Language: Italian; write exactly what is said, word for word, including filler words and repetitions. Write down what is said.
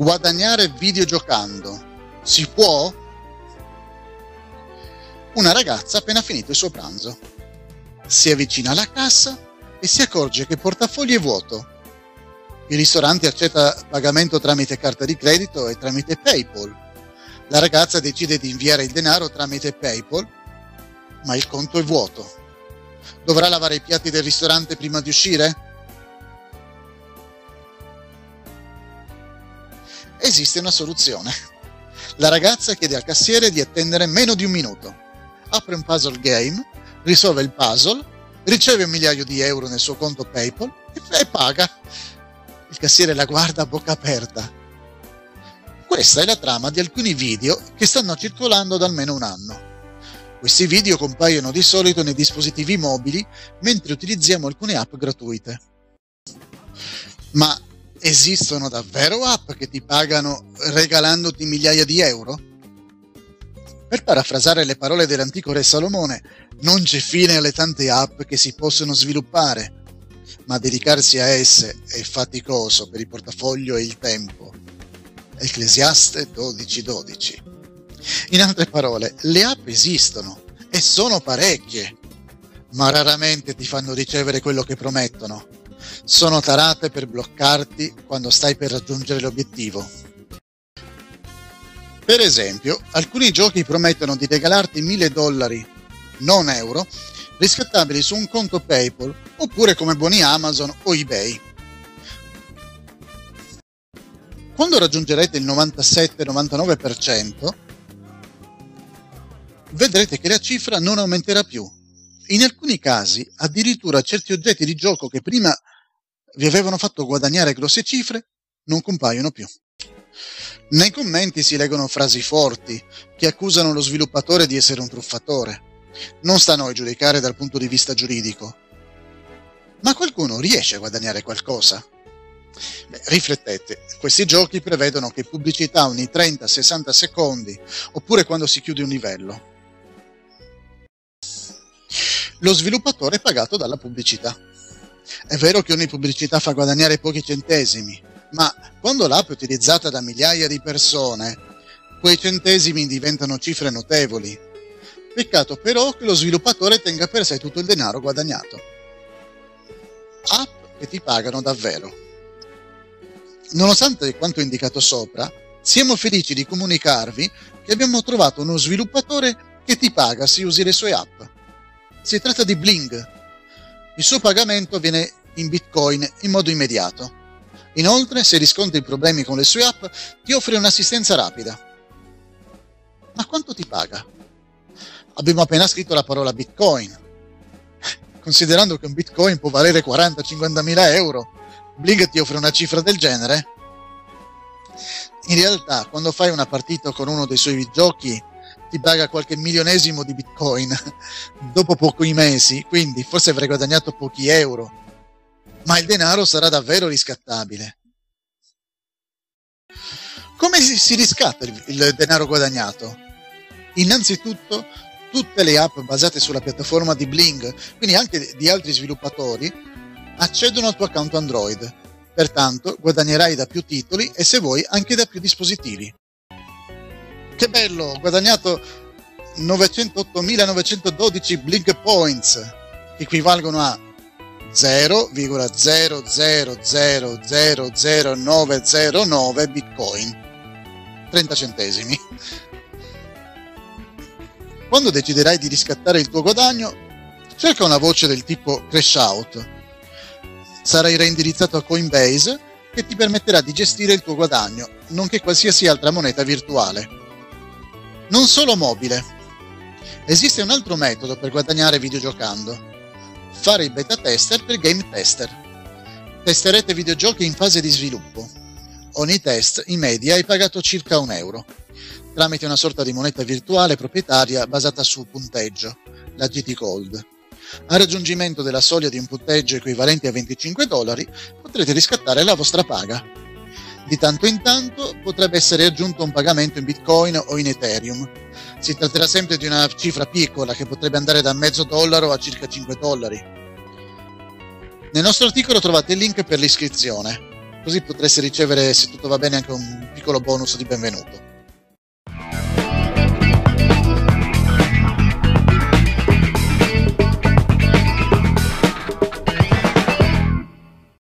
Guadagnare videogiocando si può? Una ragazza ha appena finito il suo pranzo. Si avvicina alla cassa e si accorge che il portafoglio è vuoto. Il ristorante accetta pagamento tramite carta di credito e tramite PayPal. La ragazza decide di inviare il denaro tramite PayPal, ma il conto è vuoto. Dovrà lavare i piatti del ristorante prima di uscire? Esiste una soluzione. La ragazza chiede al cassiere di attendere meno di un minuto. Apre un puzzle game, risolve il puzzle, riceve un migliaio di euro nel suo conto PayPal e paga. Il cassiere la guarda a bocca aperta. Questa è la trama di alcuni video che stanno circolando da almeno un anno. Questi video compaiono di solito nei dispositivi mobili mentre utilizziamo alcune app gratuite. Ma esistono davvero app che ti pagano regalandoti migliaia di euro? Per parafrasare le parole dell'antico re Salomone, non c'è fine alle tante app che si possono sviluppare, ma dedicarsi a esse è faticoso per il portafoglio e il tempo. Ecclesiaste dodici dodici. In altre parole, le app esistono e sono parecchie, ma raramente ti fanno ricevere quello che promettono. Sono tarate per bloccarti quando stai per raggiungere l'obiettivo. Per esempio, alcuni giochi promettono di regalarti mille dollari, non euro, riscattabili su un conto PayPal oppure come buoni Amazon o eBay. Quando raggiungerete il novantasette novantanove per cento, vedrete che la cifra non aumenterà più. In alcuni casi, addirittura certi oggetti di gioco che prima vi avevano fatto guadagnare grosse cifre non compaiono più. Nei commenti si leggono frasi forti che accusano lo sviluppatore di essere un truffatore. Non sta a noi giudicare dal punto di vista giuridico. Ma qualcuno riesce a guadagnare qualcosa? Beh, riflettete, questi giochi prevedono che pubblicità ogni trenta sessanta secondi oppure quando si chiude un livello. Lo sviluppatore è pagato dalla pubblicità. È vero che ogni pubblicità fa guadagnare pochi centesimi, ma quando l'app è utilizzata da migliaia di persone, quei centesimi diventano cifre notevoli. Peccato però che lo sviluppatore tenga per sé tutto il denaro guadagnato. App che ti pagano davvero. Nonostante quanto indicato sopra, siamo felici di comunicarvi che abbiamo trovato uno sviluppatore che ti paga se usi le sue app. Si tratta di Bling. Il suo pagamento avviene in Bitcoin in modo immediato. Inoltre, se riscontri problemi con le sue app, ti offre un'assistenza rapida. Ma quanto ti paga? Abbiamo appena scritto la parola Bitcoin. Considerando che un Bitcoin può valere quaranta cinquanta mila euro, Bling ti offre una cifra del genere? In realtà, quando fai una partita con uno dei suoi giochi, ti paga qualche milionesimo di Bitcoin dopo pochi mesi, quindi forse avrai guadagnato pochi euro, ma il denaro sarà davvero riscattabile. Come si riscatta il, il denaro guadagnato? Innanzitutto, tutte le app basate sulla piattaforma di Bling, quindi anche di altri sviluppatori, accedono al tuo account Android. Pertanto guadagnerai da più titoli e, se vuoi, anche da più dispositivi. Che bello, ho guadagnato novecentottomilanovecentododici Bling Points, che equivalgono a zero virgola zero zero zero zero zero nove zero nove Bitcoin, trenta centesimi. Quando deciderai di riscattare il tuo guadagno, cerca una voce del tipo Cash Out. Sarai reindirizzato a Coinbase, che ti permetterà di gestire il tuo guadagno, nonché qualsiasi altra moneta virtuale. Non solo mobile. Esiste un altro metodo per guadagnare videogiocando: fare i beta tester per game tester. Testerete videogiochi in fase di sviluppo. Ogni test in media è pagato circa un euro, tramite una sorta di moneta virtuale proprietaria basata su punteggio, la G T Gold. Al raggiungimento della soglia di un punteggio equivalente a venticinque dollari potrete riscattare la vostra paga. Di tanto in tanto potrebbe essere aggiunto un pagamento in Bitcoin o in Ethereum. Si tratterà sempre di una cifra piccola che potrebbe andare da mezzo dollaro a circa cinque dollari. Nel nostro articolo trovate il link per l'iscrizione. Così potresti ricevere, se tutto va bene, anche un piccolo bonus di benvenuto.